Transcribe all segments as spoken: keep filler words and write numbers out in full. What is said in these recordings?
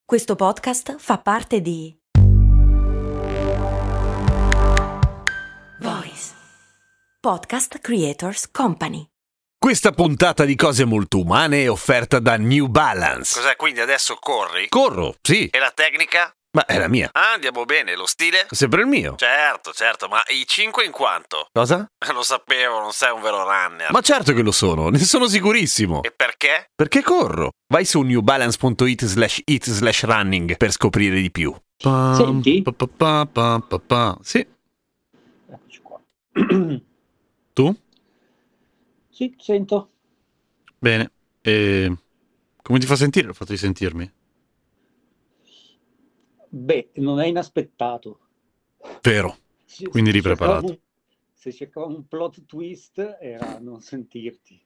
Questo podcast fa parte di Voice Podcast Creators Company. Questa puntata di Cose Molto Umane è offerta da New Balance. Cos'è, quindi adesso corri? Corro, sì. E la tecnica? Ma è la mia. Ah, andiamo bene. Lo stile? Sempre il mio. Certo, certo, ma i cinque in quanto? Cosa? Lo sapevo, non sei un vero runner. Ma certo che lo sono, ne sono sicurissimo. E perché? Perché corro. Vai su newbalance.it slash it slash running per scoprire di più. Senti? Pa, pa, pa, pa, pa, pa. Sì. Eccoci qua. Tu? Sì, sento. Bene. E come ti fa sentire il fatto di sentirmi? Beh, non è inaspettato. Vero. Se- Quindi se ripreparato. cercavo un- Se cercavo un plot twist era non sentirti.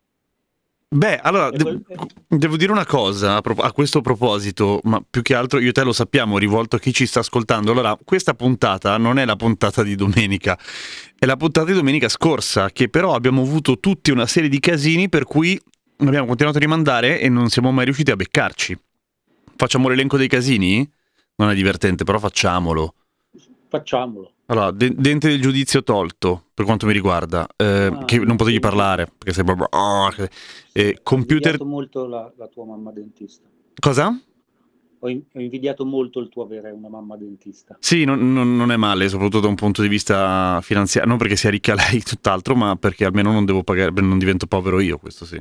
Beh, allora, E de- quel- eh, devo dire una cosa a, pro- a questo proposito, ma più che altro io e te lo sappiamo, rivolto a chi ci sta ascoltando. Allora, questa puntata non è la puntata di domenica, è la puntata di domenica scorsa, che però abbiamo avuto tutti una serie di casini per cui abbiamo continuato a rimandare e non siamo mai riusciti a beccarci. Facciamo l'elenco dei casini? Non è divertente, però facciamolo. Facciamolo. Allora, de- dente del giudizio tolto, per quanto mi riguarda, eh, Ah, che non potevi sì. parlare, perché sei proprio... oh, che- eh, Ho computer... invidiato molto la, la tua mamma dentista. Cosa? Ho, in- ho invidiato molto il tuo avere una mamma dentista. Sì, non, non- non è male, soprattutto da un punto di vista finanziario, non perché sia ricca lei, tutt'altro, ma perché almeno non devo pagare, non divento povero io, questo sì.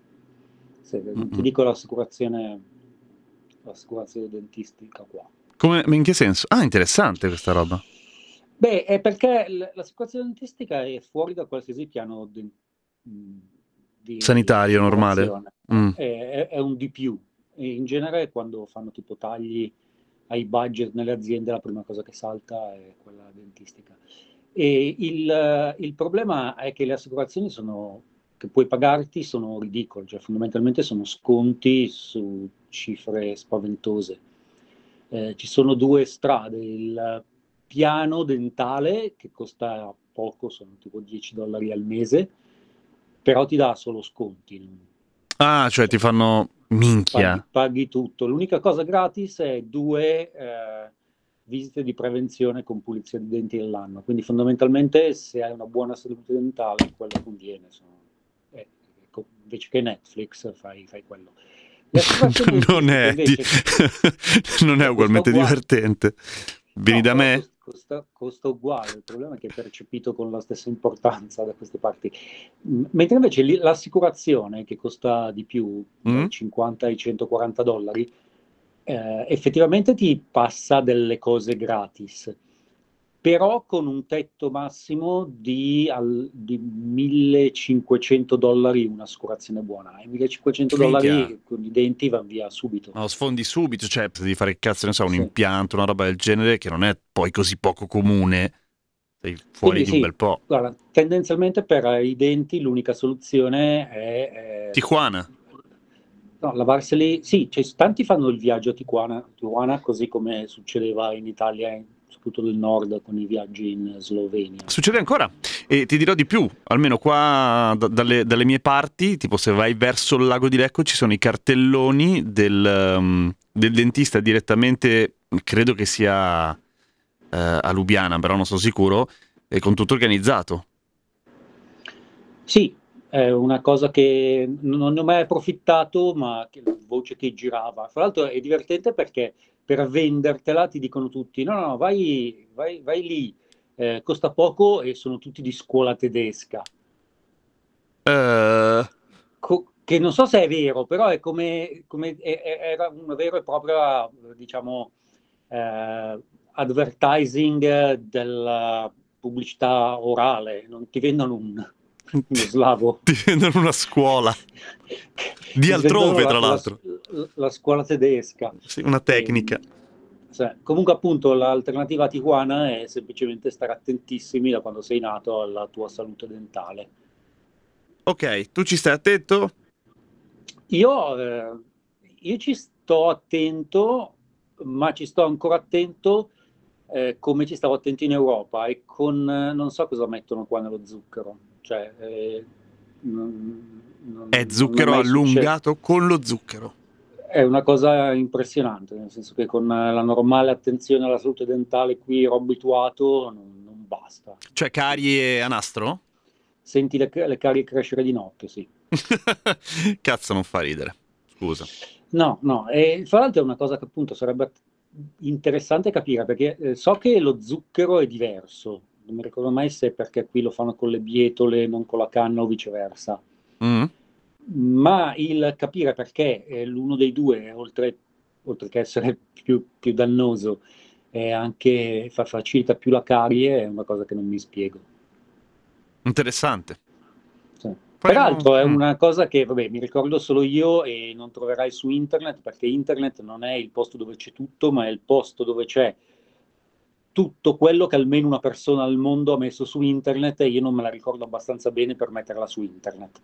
Se, non Mm-mm. ti dico l'assicurazione, l'assicurazione dentistica qua. Come, ma in che senso? Ah, interessante questa roba. Beh, è perché l- l'assicurazione dentistica è fuori da qualsiasi piano de- mh, di Sanitario, normale. assicurazione. Mm. È, è- è un di più. E in genere quando fanno tipo tagli ai budget nelle aziende, la prima cosa che salta è quella dentistica. E il, il problema è che le assicurazioni sono, che puoi pagarti sono ridicole, cioè fondamentalmente sono sconti su cifre spaventose. Eh, ci sono due strade, il piano dentale che costa poco, sono tipo dieci dollari al mese, però ti dà solo sconti. Ah, cioè ti fanno Paghi, minchia. paghi tutto. L'unica cosa gratis è due eh, visite di prevenzione con pulizia di denti all'anno. Quindi fondamentalmente se hai una buona salute dentale, quello conviene. Sono- eh, ecco, invece che Netflix fai, fai quello. Le assicurazioni Non è, di- dentistiche invece non è costa ugualmente uguale. divertente. Vieni No, da però me? cos- costa, costa uguale, il problema è che è percepito con la stessa importanza da queste parti. M- Mentre invece lì l'assicurazione, che costa di più, Mm? dai cinquanta ai centoquaranta dollari, eh, effettivamente ti passa delle cose gratis, però con un tetto massimo di, al- di millecinquecento dollari un'assicurazione buona. E millecinquecento Minchia. dollari con i denti vanno via subito. No, sfondi subito, cioè devi fare cazzo, ne so, un Sì. impianto, una roba del genere che non è poi così poco comune. Sei fuori Quindi di un sì, bel po'. guarda, tendenzialmente per i denti l'unica soluzione è, eh, Tijuana. no, lavarseli. Sì, cioè, tanti fanno il viaggio a Tijuana, Tijuana, così come succedeva in Italia, in- soprattutto del nord, con i viaggi in Slovenia. Succede ancora, e ti dirò di più, almeno qua da- dalle, dalle mie parti, tipo se vai verso il lago di Lecco ci sono i cartelloni del, um, del dentista direttamente, credo che sia eh, a Lubiana, però non sono sicuro, e con tutto organizzato. Sì, è una cosa che non ne ho mai approfittato, ma che la voce che girava. Fra l'altro è divertente perché per vendertela ti dicono tutti: no, no, no, vai, vai, vai lì, eh, costa poco e sono tutti di scuola tedesca. Eh, Co- che non so se è vero, però è come, come è- è- era una vera e propria, diciamo, eh, advertising della pubblicità orale, non ti vendono un, uno slavo. ti vendono una scuola, di Ti altrove vendono la- tra la- l'altro. La, la scuola tedesca. Sì, una tecnica. Ehm, cioè, comunque appunto l'alternativa a Tijuana è semplicemente stare attentissimi da quando sei nato alla tua salute dentale. Ok, tu ci stai attento? Io, eh, io ci sto attento, ma ci sto ancora attento eh, come ci stavo attento in Europa e con, eh, non so cosa mettono qua nello zucchero. Cioè, eh, non, non- È non mi zucchero mai successo. allungato con lo zucchero. È una cosa impressionante, nel senso che con la normale attenzione alla salute dentale qui ero abituato, non, non basta. Cioè carie a nastro? Senti le, le carie crescere di notte, sì. Cazzo, non fa ridere. Scusa. No, no, e fra l'altro è una cosa che appunto sarebbe interessante capire, perché eh, so che lo zucchero è diverso, non mi ricordo mai se è perché qui lo fanno con le bietole, non con la canna o viceversa. Mm. Ma il capire perché eh, l'uno dei due, oltre, oltre che essere più, più dannoso, è anche fa, facilita più la carie, è una cosa che non mi spiego. Interessante. Sì. Faremo... Peraltro è mm. una cosa che, vabbè, mi ricordo solo io e non troverai su internet, perché internet non è il posto dove c'è tutto, ma è il posto dove c'è tutto quello che almeno una persona al mondo ha messo su internet e io non me la ricordo abbastanza bene per metterla su internet.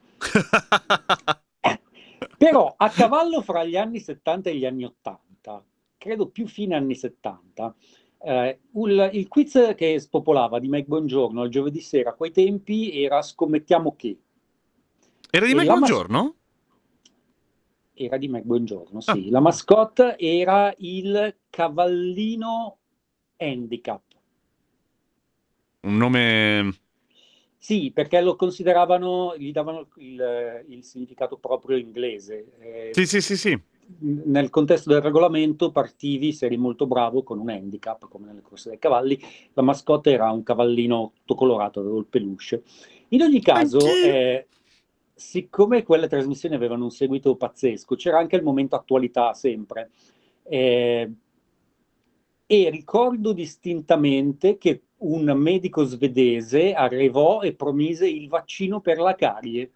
Però a cavallo fra gli anni settanta e gli anni ottanta, credo più fine anni settanta, eh, il, il quiz che spopolava di Mike Bongiorno il giovedì sera a quei tempi era Scommettiamo che. Era di E Mike la mas- Buongiorno? Era di Mike Bongiorno, Ah. sì. La mascotte era il cavallino handicap. Un nome... Sì, perché lo consideravano, gli davano il, il significato proprio inglese. Eh, Sì, sì, sì, sì. Nel contesto del regolamento partivi, se eri molto bravo, con un handicap, come nelle corse dei cavalli. La mascotte era un cavallino tutto colorato, avevo il peluche. In ogni caso, Anch'io. eh, siccome quelle trasmissioni avevano un seguito pazzesco, c'era anche il momento attualità sempre. Eh, e ricordo distintamente che un medico svedese arrivò e promise il vaccino per la carie.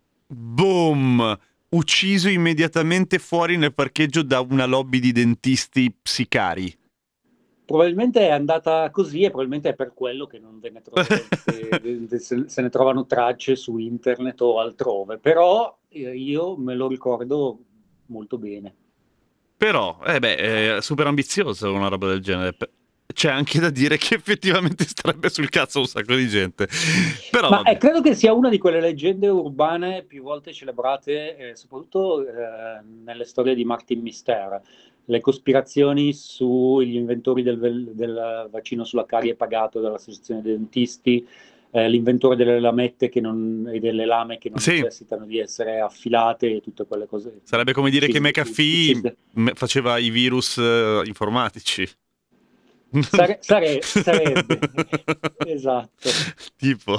Boom! Ucciso immediatamente fuori nel parcheggio da una lobby di dentisti sicari. Probabilmente è andata così e probabilmente è per quello che non ve ne trovate, se, se ne trovano tracce su internet o altrove, però eh, io me lo ricordo molto bene. Però, eh beh, è super ambizioso una roba del genere. C'è anche da dire che effettivamente starebbe sul cazzo un sacco di gente. Però Ma eh, vabbè. credo che sia una di quelle leggende urbane più volte celebrate, eh, soprattutto eh, nelle storie di Martin Mister. Le cospirazioni sugli inventori del, del vaccino sulla carie pagato dall'Associazione dei Dentisti, eh, l'inventore delle lamette che non, e delle lame che non Sì, necessitano di essere affilate e tutte quelle cose. sarebbe come dire che Uccise- McAfee uccise- m- faceva i virus eh, informatici. Sare- sare- sarebbe, esatto. Tipo.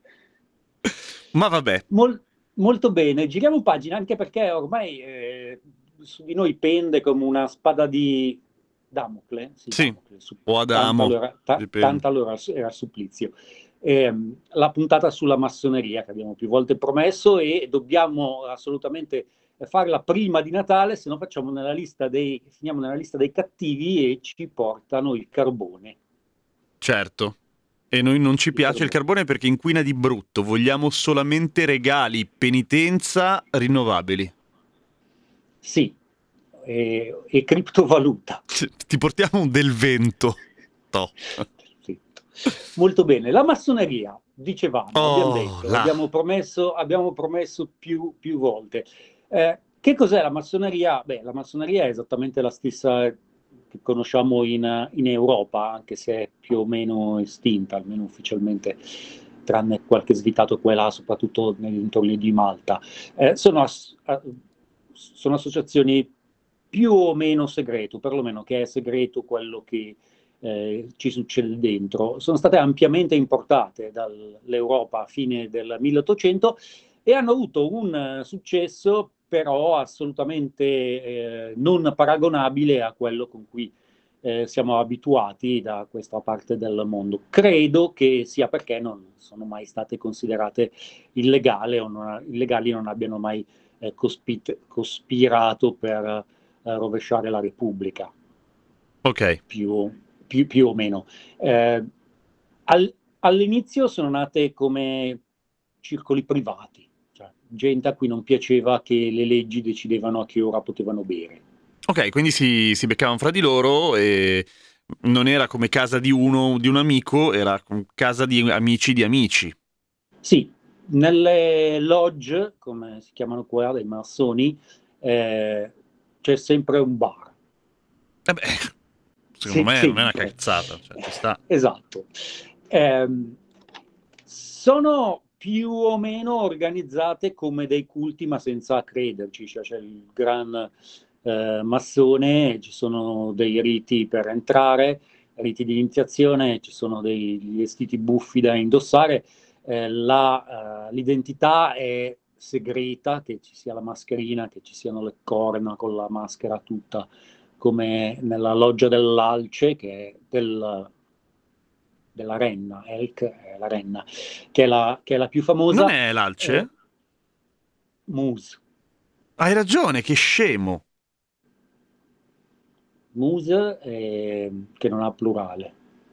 Ma vabbè. Mol- molto bene, giriamo pagina anche perché ormai eh, su di noi pende come una spada di Damocle, sì, Sì. Damocle, su- O tanta Adamo. allora, ta- Dipende. tanta allora era supplizio. Ehm, la puntata sulla massoneria che abbiamo più volte promesso e dobbiamo assolutamente farla prima di Natale, se no facciamo nella lista dei, finiamo nella lista dei cattivi e ci portano il carbone. Certo. E noi non ci Il piace il carbone. carbone perché inquina di brutto. Vogliamo solamente regali, penitenza, rinnovabili. Sì, e, e criptovaluta. Ti portiamo un del vento. No. Sì. Molto bene, la massoneria, dicevamo, abbiamo Oh, detto, là. abbiamo promesso, abbiamo promesso più, più volte. Eh, che cos'è la massoneria? Beh, la massoneria è esattamente la stessa che conosciamo in, in Europa, anche se è più o meno estinta, almeno ufficialmente, tranne qualche svitato qua e là, soprattutto negli dintorni di Malta. Eh, sono, as- a- sono associazioni più o meno segreto, perlomeno che è segreto quello che eh, ci succede dentro. Sono state ampiamente importate dall'Europa a fine del milleottocento e hanno avuto un eh, successo però assolutamente eh, non paragonabile a quello con cui eh, siamo abituati da questa parte del mondo. Credo che sia perché non sono mai state considerate illegali o non, illegali non abbiano mai eh, cospit- cospirato per eh, rovesciare la Repubblica. Ok. Più, più, più o meno. Eh, al, all'inizio sono nate come circoli privati, cioè gente a cui non piaceva che le leggi decidevano a che ora potevano bere. Ok, quindi si, si beccavano fra di loro e non era come casa di uno, di un amico, era casa di amici di amici. Sì, nelle lodge, come si chiamano qua, dei massoni, eh, c'è sempre un bar. Eh beh, secondo Sì, me non è una sempre. cazzata, cioè, ci sta. Esatto. Ehm, sono più o meno organizzate come dei culti, ma senza crederci. Cioè, c'è il gran eh, massone, ci sono dei riti per entrare, riti di iniziazione, ci sono degli vestiti buffi da indossare. Eh, la, eh, l'identità è segreta, che ci sia la mascherina, che ci siano le corna con la maschera tutta, come nella loggia dell'Alce, che è del, della Renna, Elk è la Renna, che è la, che è la più Non famosa. è l'Alce? eh, Muse. Hai ragione, che scemo. Muse eh, che non ha plurale.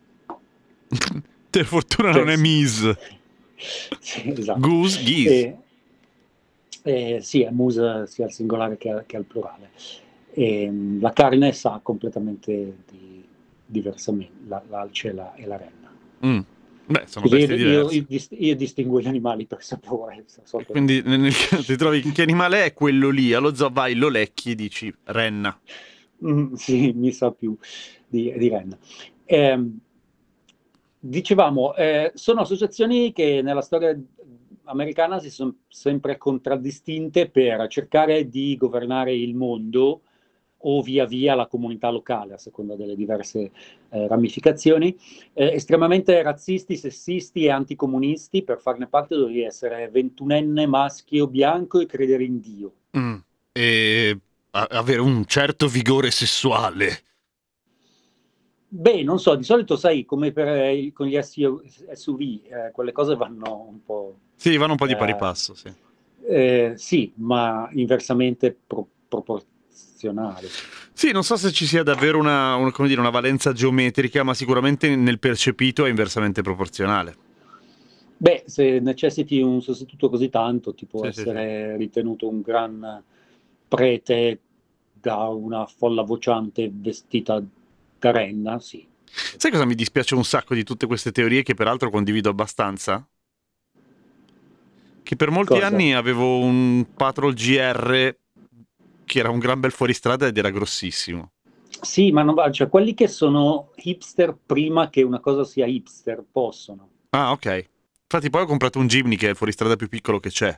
Per fortuna Cioè, non è sì. Mise. Sì, esatto. Goose, geese. E, eh, sì, è Muse sia al singolare che, che al plurale. E, mh, la carne sa completamente di, diversamente, la, l'alce e la, e la renna. Mm. Beh, sono Scusi, io, bestie io, diverse. io dist- io distingo gli animali per sapore. So E che- quindi nel, nel caso ti trovi che animale è quello lì, allo zoo vai, lo lecchi e dici renna. Mm, sì, mi sa più di, di renna. Ehm, dicevamo, eh, sono associazioni che nella storia americana si sono sempre contraddistinte per cercare di governare il mondo o via via la comunità locale, a seconda delle diverse eh, ramificazioni, eh, estremamente razzisti, sessisti e anticomunisti. Per farne parte dovevi essere ventunenne, maschio, bianco e credere in Dio. Mm. E a- avere un certo vigore sessuale. Beh, non so, di solito sai, come per, eh, con gli S U V, eh, quelle cose vanno un po'. Sì, vanno un po' di pari eh, passo, sì. eh, sì, ma inversamente pro- proporzionali. Sì, non so se ci sia davvero una, una, come dire, una valenza geometrica, ma sicuramente nel percepito è inversamente proporzionale. Beh, se necessiti un sostituto così tanto, ti può Sì, sì, sì. essere ritenuto un gran prete da una folla vociante vestita da renna, sì. Sai cosa mi dispiace un sacco di tutte queste teorie, che peraltro condivido abbastanza? Che per molti Cosa? anni avevo un Patrol G R che era un gran bel fuoristrada ed era grossissimo. Sì, ma non va, cioè quelli che sono hipster prima che una cosa sia hipster possono. Ah, ok. Infatti poi ho comprato un Jimny che è il fuoristrada più piccolo che c'è.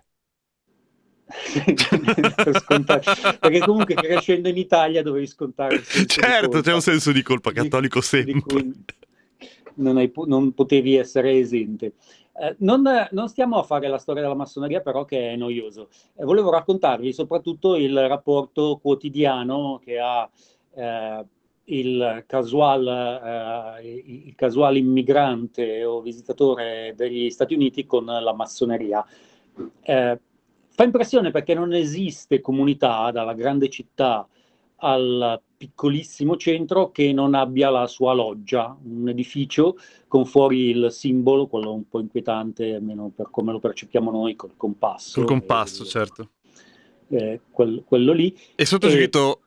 Per scontare, perché comunque crescendo in Italia dovevi scontare il senso Certo, di colpa, c'è un senso di colpa di, cattolico di sempre. cui non, hai, non potevi essere esente. Eh, non, non stiamo a fare la storia della massoneria, però, che è noioso. Eh, volevo raccontarvi soprattutto il rapporto quotidiano che ha eh, il casual, eh, il casual immigrante o visitatore degli Stati Uniti con la massoneria. Eh, Fa impressione perché non esiste comunità dalla grande città al piccolissimo centro che non abbia la sua loggia, un edificio con fuori il simbolo, quello un po' inquietante, almeno per come lo percepiamo noi, col Col compasso, e compasso, il- certo. eh, quel- quello lì. E E, sottoscritto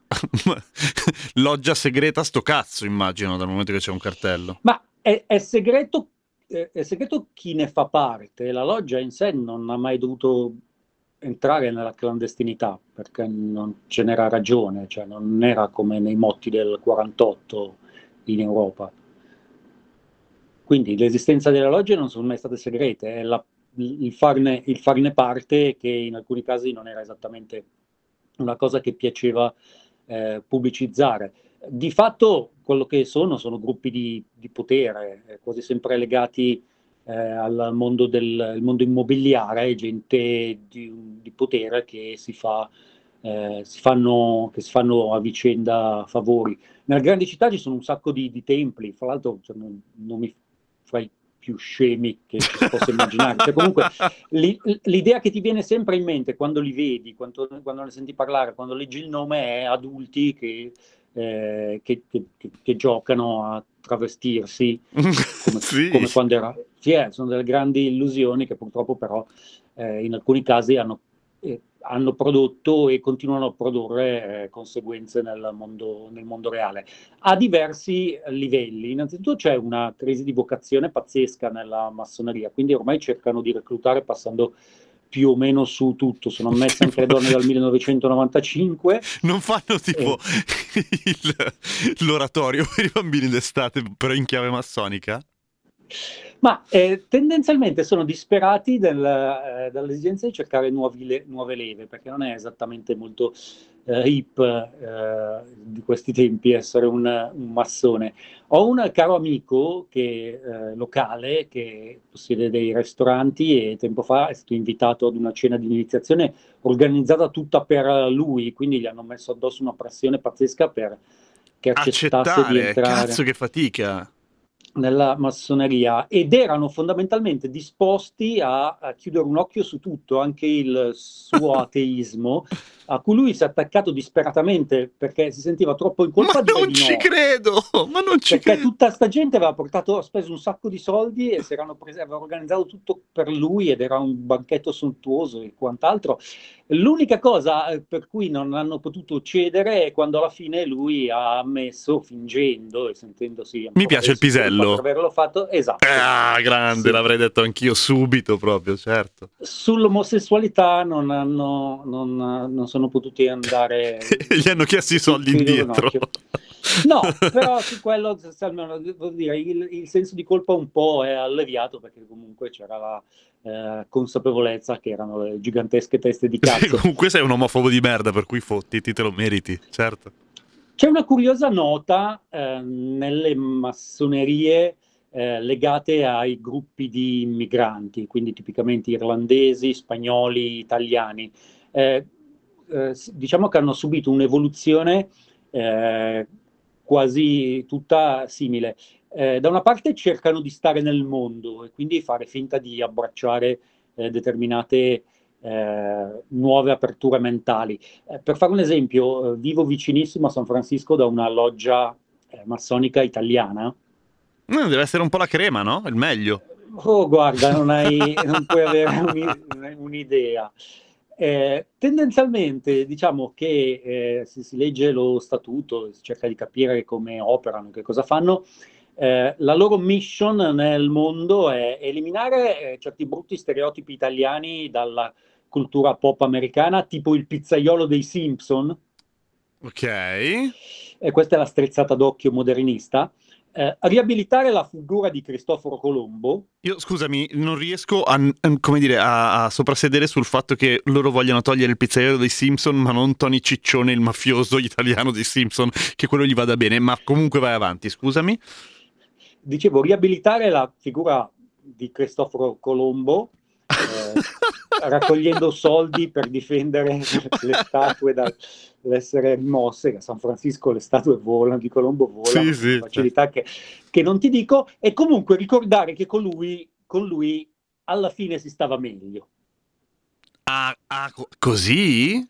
loggia segreta sto cazzo, immagino, dal momento che c'è un cartello. ma è, è segreto, eh, è segreto chi ne fa parte. La loggia in sé non ha mai dovuto entrare nella clandestinità perché non ce n'era ragione, cioè non era come nei motti del quarantotto in Europa. Quindi l'esistenza delle logge non sono mai state segrete, è la- il farne, il farne parte che in alcuni casi non era esattamente una cosa che piaceva eh, pubblicizzare. Di fatto quello che sono sono gruppi di, di potere, eh, quasi sempre legati eh, al mondo, del, il mondo immobiliare, gente di, di potere che si, fa, eh, si fanno, che si fanno a vicenda favori. Nelle grandi città ci sono un sacco di, di templi, fra l'altro cioè, non, non mi fra i più scemi che ci si possa immaginare. Cioè, comunque li, l'idea che ti viene sempre in mente quando li vedi, quando, quando ne senti parlare, quando leggi il nome è adulti che, eh, che, che, che, che giocano a travestirsi come, Sì. come quando era. Sì, eh, sono delle grandi illusioni che purtroppo però eh, in alcuni casi hanno, eh, hanno prodotto e continuano a produrre eh, conseguenze nel mondo, nel mondo reale a diversi livelli. Innanzitutto c'è una crisi di vocazione pazzesca nella massoneria, quindi ormai cercano di reclutare passando più o meno su tutto, sono ammesse anche le donne dal millenovecentonovantacinque. Non fanno tipo Eh. il- l'oratorio per i bambini d'estate, però in chiave massonica? Ma eh, tendenzialmente sono disperati del, eh, dall'esigenza di cercare nuovi le- nuove leve, perché non è esattamente molto eh, hip eh, di questi tempi essere un, un massone. Ho un caro amico che, eh, locale che possiede dei ristoranti e tempo fa è stato invitato ad una cena di iniziazione organizzata tutta per lui, quindi gli hanno messo addosso una pressione pazzesca per che accettasse di Accettare, entrare cazzo che fatica. nella massoneria, ed erano fondamentalmente disposti a, a chiudere un occhio su tutto, anche il suo ateismo, a cui lui si è attaccato disperatamente perché si sentiva troppo in colpa Ma a dire non di ci no. credo, ma non ci Perché credo. tutta sta gente aveva portato, ha speso un sacco di soldi e si erano presi, aveva organizzato tutto per lui ed era un banchetto sontuoso e quant'altro. L'unica cosa eh, per cui non hanno potuto cedere è quando alla fine lui ha ammesso, fingendo e sentendosi Mi ancora piace il adesso in colpa per pisello. averlo fatto, esatto. Ah, grande, Sì. l'avrei detto anch'io subito proprio, certo. Sull'omosessualità non hanno, non, non sono potuti andare Gli hanno chiesto i più, soldi più di un indietro. ginocchio. No, però su quello se almeno, devo dire, il, il senso di colpa un po' è alleviato perché comunque c'era la eh, consapevolezza che erano le gigantesche teste di cazzo. Comunque sei un omofobo di merda, per cui fottiti, te lo meriti, certo. C'è una curiosa nota eh, nelle massonerie eh, legate ai gruppi di immigranti, quindi tipicamente irlandesi, spagnoli, italiani. Eh, eh, s- diciamo che hanno subito un'evoluzione eh, quasi tutta simile. Eh, da una parte cercano di stare nel mondo e quindi fare finta di abbracciare eh, determinate eh, nuove aperture mentali. Eh, per fare un esempio, eh, vivo vicinissimo a San Francisco da una loggia eh, massonica italiana. Mm, deve essere un po' la crema, no? Il meglio. Oh, guarda, non hai, non puoi avere uni- un'idea. Eh, tendenzialmente, diciamo che eh, se si legge lo statuto, si cerca di capire come operano, che cosa fanno. Eh, la loro mission nel mondo è eliminare eh, certi brutti stereotipi italiani dalla cultura pop americana, tipo il pizzaiolo dei Simpson. Ok. E questa è la strizzata d'occhio modernista. Eh, riabilitare la figura di Cristoforo Colombo. Io, scusami, non riesco a, a- come dire, a, a soprassedere sul fatto che loro vogliano togliere il pizzaiolo dei Simpson, ma non Tony Ciccione, il mafioso italiano dei Simpson, che quello gli vada bene, ma comunque vai avanti, scusami. Dicevo, riabilitare la figura di Cristoforo Colombo, eh, raccogliendo soldi per difendere le statue dall'essere rimosse, che a San Francisco le statue volano, di Colombo volano Sì, con una sì. facilità che, che non ti dico, e comunque ricordare che con lui, con lui alla fine si stava meglio. Ah, ah, co- così?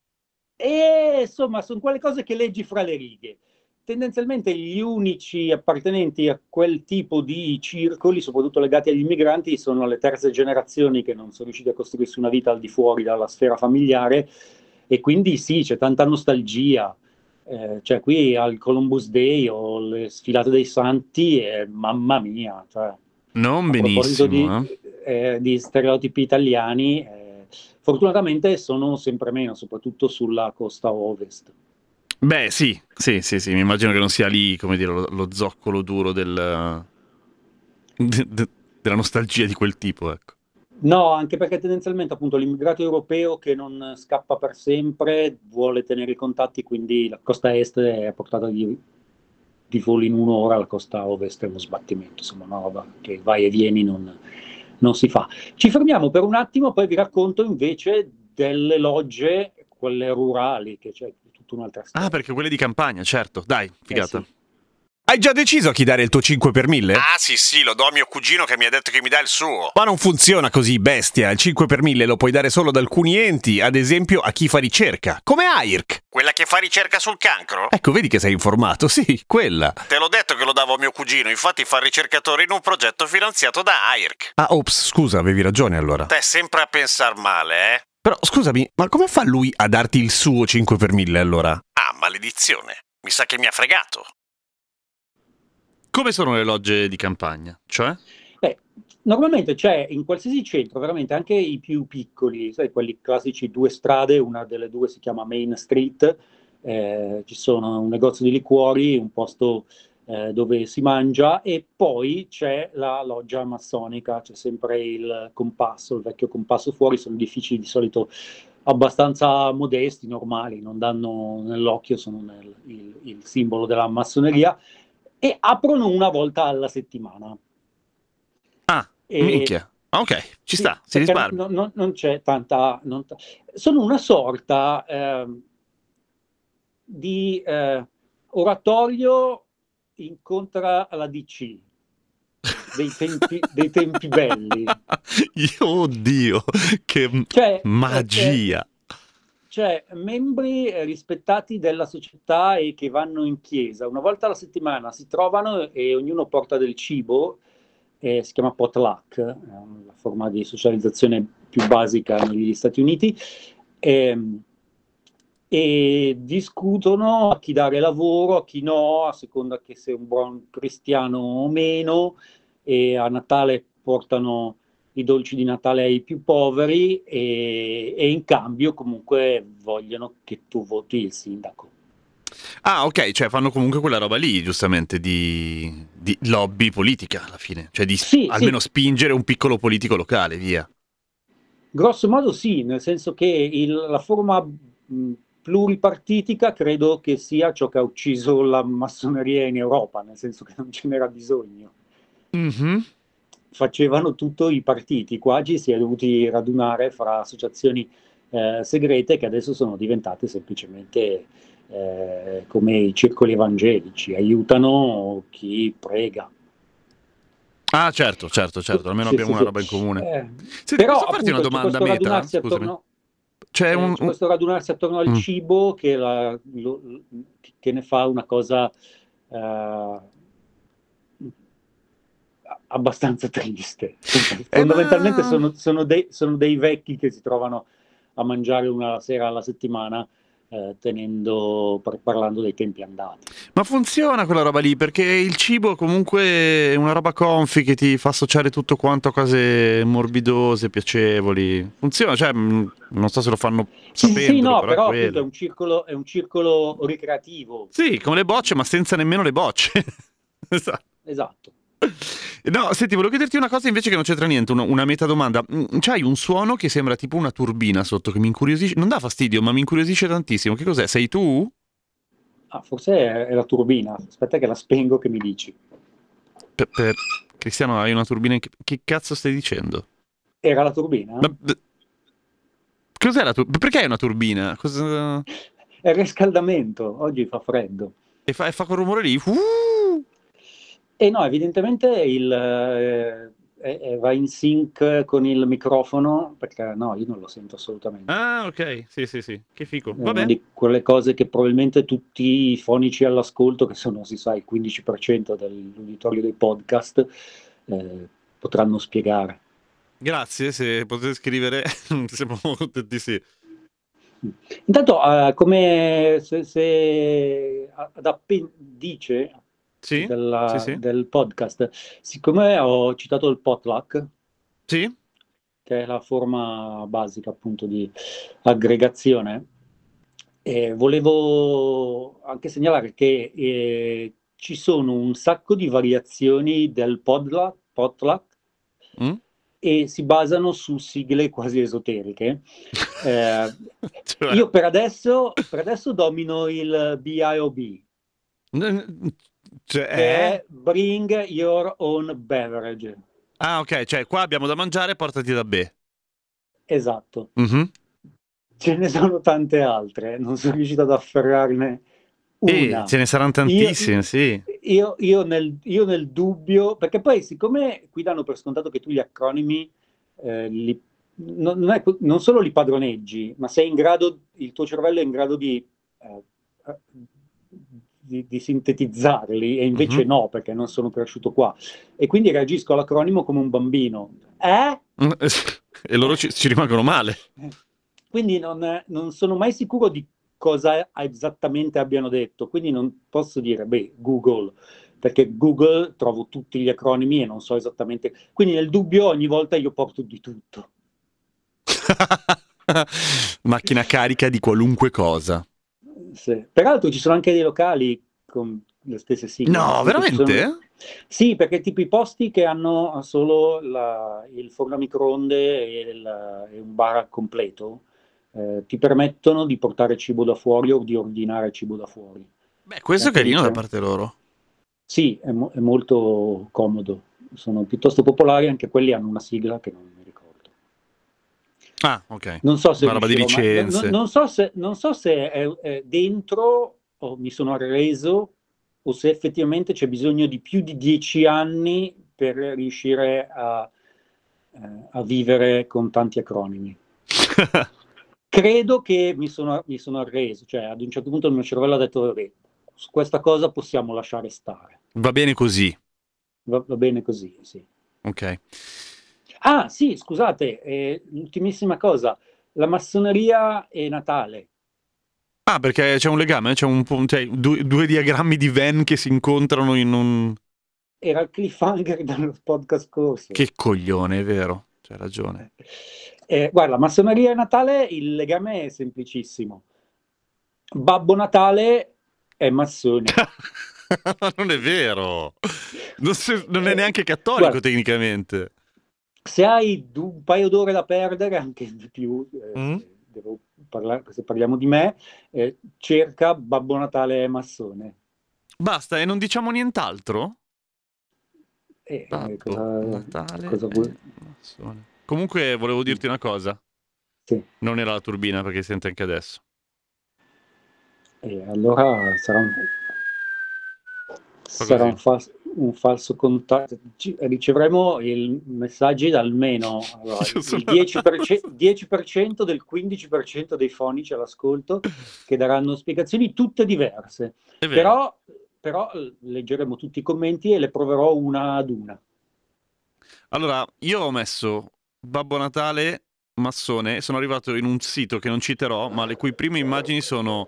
E insomma, sono quelle cose che leggi fra le righe. Tendenzialmente gli unici appartenenti a quel tipo di circoli, soprattutto legati agli immigranti, sono le terze generazioni che non sono riuscite a costruirsi una vita al di fuori dalla sfera familiare, e quindi sì, c'è tanta nostalgia. Eh, cioè qui al Columbus Day o le sfilate dei santi, eh, mamma mia, cioè, Non a proposito benissimo, di, eh. eh, di stereotipi italiani, eh, fortunatamente sono sempre meno, soprattutto sulla costa ovest. Beh, sì, sì, sì, sì, mi immagino che non sia lì, come dire, lo, lo zoccolo duro del, de- de- della nostalgia di quel tipo, ecco. No, anche perché tendenzialmente appunto l'immigrato europeo che non scappa per sempre vuole tenere i contatti, quindi la costa est è a portata di, di volo in un'ora, la costa ovest è uno sbattimento, insomma una roba che vai e vieni non, non si fa. Ci fermiamo per un attimo, poi vi racconto invece delle logge, quelle rurali, che c'è tutta un'altra Ah, storia. perché quelle di campagna, certo, dai, Eh figata. sì. Hai già deciso a chi dare il tuo cinque per mille? Ah sì sì, lo do a mio cugino che mi ha detto che mi dà il suo. Ma non funziona così, bestia. Il cinque per mille lo puoi dare solo ad alcuni enti, ad esempio a chi fa ricerca, come A I R C. Quella che fa ricerca sul cancro? Ecco, vedi che sei informato, sì, quella. Te l'ho detto che lo davo a mio cugino, infatti fa il ricercatore in un progetto finanziato da A I R C. Ah, ops, scusa, avevi ragione allora. Te sempre a pensar male, eh? Però scusami, ma come fa lui a darti il suo cinque per mille allora? Ah, maledizione. Mi sa che mi ha fregato. Come sono le logge di campagna? Cioè? Beh, Normalmente c'è in qualsiasi centro, veramente anche i più piccoli, sai, quelli classici due strade, una delle due si chiama Main Street, eh, ci sono un negozio di liquori, un posto eh, dove si mangia e poi c'è la loggia massonica, c'è sempre il compasso, il vecchio compasso fuori, sono edifici di solito abbastanza modesti, normali, non danno nell'occhio, sono nel, il, il simbolo della massoneria e aprono una volta alla settimana. Ah, E, minchia. Ok, ci sì, sta, si perché risparmia. non, non- non c'è tanta... non ta- sono una sorta ehm, di eh, oratorio incontra la D C dei tempi, dei tempi belli. Io, oddio, che m- Cioè, eh, eh, magia. cioè, membri eh, rispettati della società e che vanno in chiesa una volta alla settimana si trovano e ognuno porta del cibo, eh, si chiama potluck, è la forma di socializzazione più basica negli Stati Uniti, ehm, e discutono a chi dare lavoro, a chi no, a seconda che sei un buon cristiano o meno, e a Natale portano i dolci di Natale ai più poveri e, e in cambio comunque vogliono che tu voti il sindaco. Ah, ok, cioè fanno comunque quella roba lì, giustamente, di, di lobby politica alla fine. Cioè di Sì, almeno sì, spingere un piccolo politico locale, via. grosso modo sì, nel senso che il- la forma mh, pluripartitica credo che sia ciò che ha ucciso la massoneria in Europa, nel senso che non ce n'era bisogno. Mhm. Facevano tutto i partiti, qua ci si è dovuti radunare fra associazioni eh, segrete che adesso sono diventate semplicemente eh, come i circoli evangelici, aiutano chi prega. Ah, certo, certo, certo, almeno Sì, abbiamo sì, una sì. roba in comune. Eh, Senti, però posso farti una appunto c'è domanda questo meta? radunarsi Scusami. attorno, C'è eh, un... c'è un- questo radunarsi attorno al Mm. cibo che, la- lo- che ne fa una cosa eh, abbastanza triste. Eh, Fondamentalmente ma... sono, sono dei, sono dei vecchi che si trovano a mangiare una sera alla settimana, eh, tenendo, par- parlando dei tempi andati. Ma funziona quella roba lì, perché il cibo comunque è una roba comfy che ti fa associare tutto quanto a cose morbidose, piacevoli. Funziona, cioè, mh, non so se lo fanno Sì, sì, sì, sapendolo, no, però è però appunto è quello. un circolo, è un circolo ricreativo. Sì, come le bocce, ma senza nemmeno le bocce. Esatto. Esatto. No, senti, volevo chiederti una cosa invece che non c'entra niente, una, una metadomanda. Mm, C'hai un suono che sembra tipo una turbina sotto, che mi incuriosisce, non dà fastidio, ma mi incuriosisce tantissimo. Che cos'è? Sei tu? Ah, forse è, è la turbina. Aspetta che la spengo che mi dici. Per, per- Cristiano, hai una turbina in... Che, che cazzo stai dicendo? Era la turbina? Ma... d- Cos'è la turbina? Perché è una turbina? Cosa... È il riscaldamento. Oggi fa freddo. E fa, e fa quel rumore lì? Uh! E no, evidentemente il, eh, è- è- va in sync con il microfono, perché no, io non lo sento assolutamente. Ah, ok, sì, sì, sì, che figo. È una Vabbè. di quelle cose che probabilmente tutti i fonici all'ascolto, che sono, si sa, il quindici per cento dell'uditorio dei podcast, eh, potranno spiegare. Grazie, se potete scrivere, siamo contenti, sì. Intanto, eh, come se, se ad appendice Sì? Sì, della- sì. del podcast, siccome ho citato il potluck, Sì? che è la forma basica appunto di aggregazione, eh, volevo anche segnalare che eh, ci sono un sacco di variazioni del potluck, potluck Mm? e si basano su sigle quasi esoteriche. Eh, Cioè... io per adesso, per adesso domino il B I O B, N- Cioè, che eh? è Bring Your Own Beverage. Ah, ok, cioè qua abbiamo da mangiare, portati da be. Esatto. Mhm. Ce ne sono tante altre, non sono riuscito ad afferrarne E una. ce ne saranno Io, tantissime, sì. io- io nel, io nel dubbio, perché poi siccome qui danno per scontato che tu gli acronimi eh, li- non, non è- non solo li padroneggi, ma sei in grado, il tuo cervello è in grado di, eh, eh, di- di sintetizzarli e invece Mhm. no, perché non sono cresciuto qua. E quindi reagisco all'acronimo come un bambino. Eh? E loro ci, ci rimangono male. Quindi non, non sono mai sicuro di cosa esattamente abbiano detto, quindi non posso dire, beh, Google, perché Google trovo tutti gli acronimi e non so esattamente. Quindi nel dubbio ogni volta io porto di tutto. Macchina carica di qualunque cosa. Sì. Peraltro ci sono anche dei locali con le stesse sigle. No, Nel senso ci sono- veramente? Sì, perché tipo i posti che hanno solo la- il forno a microonde e, il- e un bar completo eh, ti permettono di portare cibo da fuori o di ordinare cibo da fuori. Beh, questo è Anche lì carino da c'è- parte loro. Sì, è, mo- è molto comodo. Sono piuttosto popolari, anche quelli hanno una sigla che non mi ricordo. Ah, ok. Non so se Una roba di riuscirò, ma- no- no- licenze. non so se, non so se è, è dentro o mi sono arreso o se effettivamente c'è bisogno di più di dieci anni per riuscire a, eh, a vivere con tanti acronimi. Credo che mi sono, mi sono arreso, cioè ad un certo punto il mio cervello ha detto, vabbè, su questa cosa possiamo lasciare stare. Va bene così. Va, va bene così, sì. Ok. Ah, sì, scusate, eh, l'ultimissima cosa, la massoneria e Natale. Ah, perché c'è un legame? C'è un po', cioè, due, due diagrammi di Venn che si incontrano in un... Era il cliffhanger dello podcast scorso. Che coglione, è vero. C'hai ragione. Eh, guarda, massoneria e Natale, il legame è semplicissimo. Babbo Natale è massone. Ma non è vero. Non, si- non è Eh, neanche cattolico guarda, tecnicamente. se hai du- un paio d'ore da perdere, anche di più, eh, Mm? se, devo parlare, se parliamo di me, eh, cerca Babbo Natale è massone. Basta, e non diciamo nient'altro? Eh, eh, Babbo cosa, Natale cosa è vuoi? massone. Comunque volevo dirti una cosa. Sì. Non era la turbina perché si sente anche adesso. E allora sarà un, Fa sarà così. un, fals- un falso contatto. Ci- ricevremo il messaggi da almeno allora, Io sono- il dieci per cento, dieci per cento del quindici per cento dei fonici all'ascolto che daranno spiegazioni tutte diverse. È vero. Però, però eh, leggeremo tutti i commenti e le proverò una ad una. Allora, io ho messo Babbo Natale massone, sono arrivato in un sito che non citerò, ma le cui prime immagini sono...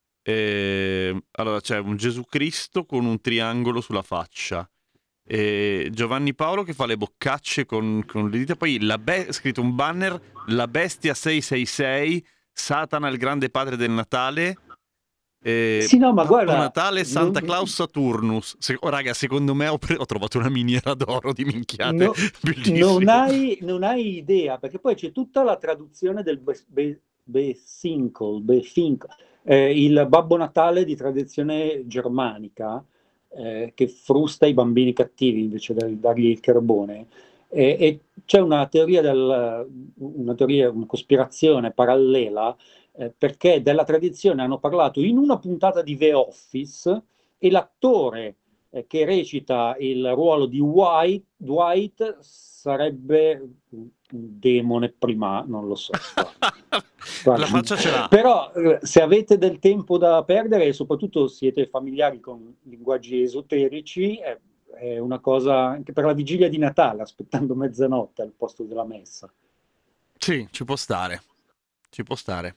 eh, allora, c'è un Gesù Cristo con un triangolo sulla faccia. E Giovanni Paolo che fa le boccacce con, con le dita, poi la be- scritto un banner, la bestia sei sei sei, Satana il grande padre del Natale, e Sì, no, ma Babbo guarda, Natale, Santa non- Claus, Saturnus. Se- oh, raga, secondo me ho, pre- ho trovato una miniera d'oro di minchiate No, bellissime. non hai, non hai idea, perché poi c'è tutta la traduzione del Be- Be- Besincle, Befincle, eh, il Babbo Natale di tradizione germanica, eh, che frusta i bambini cattivi invece di dargli il carbone. E, e c'è una teoria, del, una teoria, una cospirazione parallela, eh, perché della tradizione hanno parlato in una puntata di The Office e l'attore eh, che recita il ruolo di White, Dwight sarebbe un demone prima, non lo so. Guarda. La faccia ce l'ha. Però eh, se avete del tempo da perdere e soprattutto siete familiari con linguaggi esoterici, è, è una cosa anche per la vigilia di Natale, aspettando mezzanotte al posto della messa. Sì, ci può stare. Ci può stare.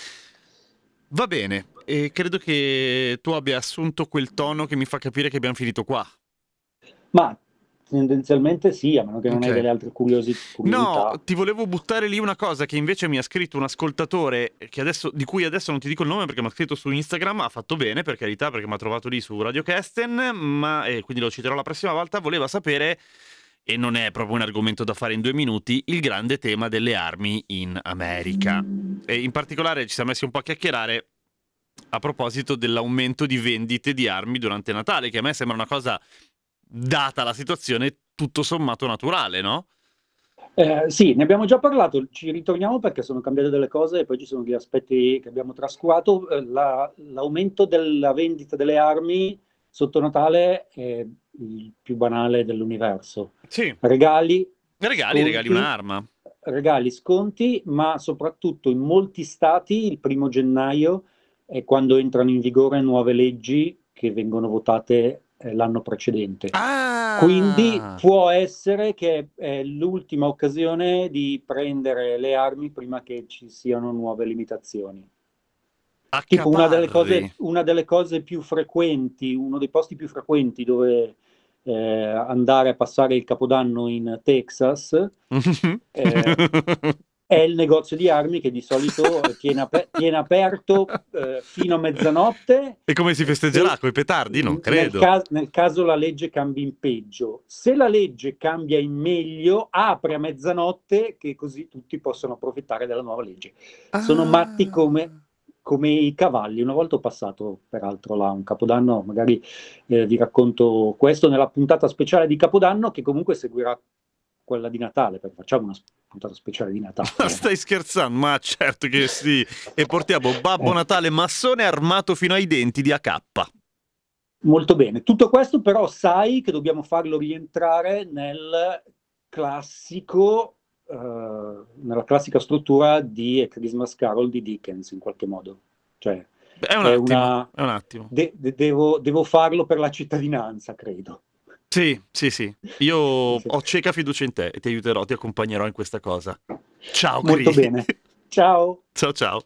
Va bene, e credo che tu abbia assunto quel tono che mi fa capire che abbiamo finito qua. Ma tendenzialmente sì, a meno che non Ok. hai delle altre curiosi- curiosità. No, ti volevo buttare lì una cosa che invece mi ha scritto un ascoltatore che adesso, di cui adesso non ti dico il nome perché mi ha scritto su Instagram, ha fatto bene per carità perché mi ha trovato lì su Radio Kesten, ma e quindi lo citerò la prossima volta, voleva sapere, e non è proprio un argomento da fare in due minuti, il grande tema delle armi in America. E in particolare ci siamo messi un po' a chiacchierare a proposito dell'aumento di vendite di armi durante Natale, che a me sembra una cosa, data la situazione, tutto sommato naturale, no? Eh, sì, ne abbiamo già parlato, ci ritorniamo perché sono cambiate delle cose e poi ci sono degli aspetti che abbiamo trascurato. Eh, la- l'aumento della vendita delle armi sotto Natale è il più banale dell'universo. Sì. Regali, Regali, sconti, regali un'arma. regali, sconti, ma soprattutto in molti stati il primo gennaio è quando entrano in vigore nuove leggi che vengono votate eh, l'anno precedente. Ah! Quindi può essere che è l'ultima occasione di prendere le armi prima che ci siano nuove limitazioni. Tipo una delle, Accaparri. cose, una delle cose più frequenti, uno dei posti più frequenti dove eh, andare a passare il Capodanno in Texas eh, è il negozio di armi che di solito tiene, aper- tiene aperto eh, fino a mezzanotte. E come si festeggerà? Se- Coi petardi? Non nel, credo. cas- nel caso la legge cambi in peggio. Se la legge cambia in meglio, apre a mezzanotte, che così tutti possono approfittare della nuova legge. Sono Ah. matti come, come i cavalli. Una volta ho passato, peraltro, là un Capodanno, magari eh, vi racconto questo nella puntata speciale di Capodanno, che comunque seguirà quella di Natale, perché facciamo una puntata speciale di Natale. Ma stai scherzando? Ma certo che sì. E portiamo Babbo Eh. Natale massone armato fino ai denti di A K. Molto bene. Tutto questo però sai che dobbiamo farlo rientrare nel classico, eh, nella classica struttura di A Christmas Carol di Dickens, in qualche modo. Cioè, È un è attimo, una- è un attimo. de- de- devo, devo farlo per la cittadinanza, credo. Sì, sì, sì. Io Sì. ho cieca fiducia in te e ti aiuterò, ti accompagnerò in questa cosa. Ciao, Molto Cri. bene. Ciao. Ciao, ciao.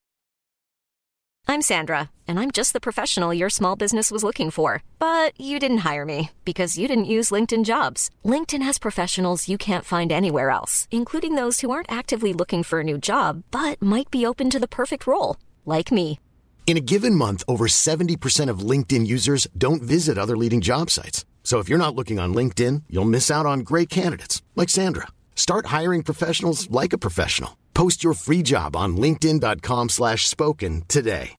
I'm Sandra, and I'm just the professional your small business was looking for. But you didn't hire me because you didn't use LinkedIn Jobs. LinkedIn has professionals you can't find anywhere else, including those who aren't actively looking for a new job, but might be open to the perfect role, like me. In a given month, over seventy percent of LinkedIn users don't visit other leading job sites. So if you're not looking on LinkedIn, you'll miss out on great candidates like Sandra. Start hiring professionals like a professional. Post your free job on linkedin dot com slash spoken today.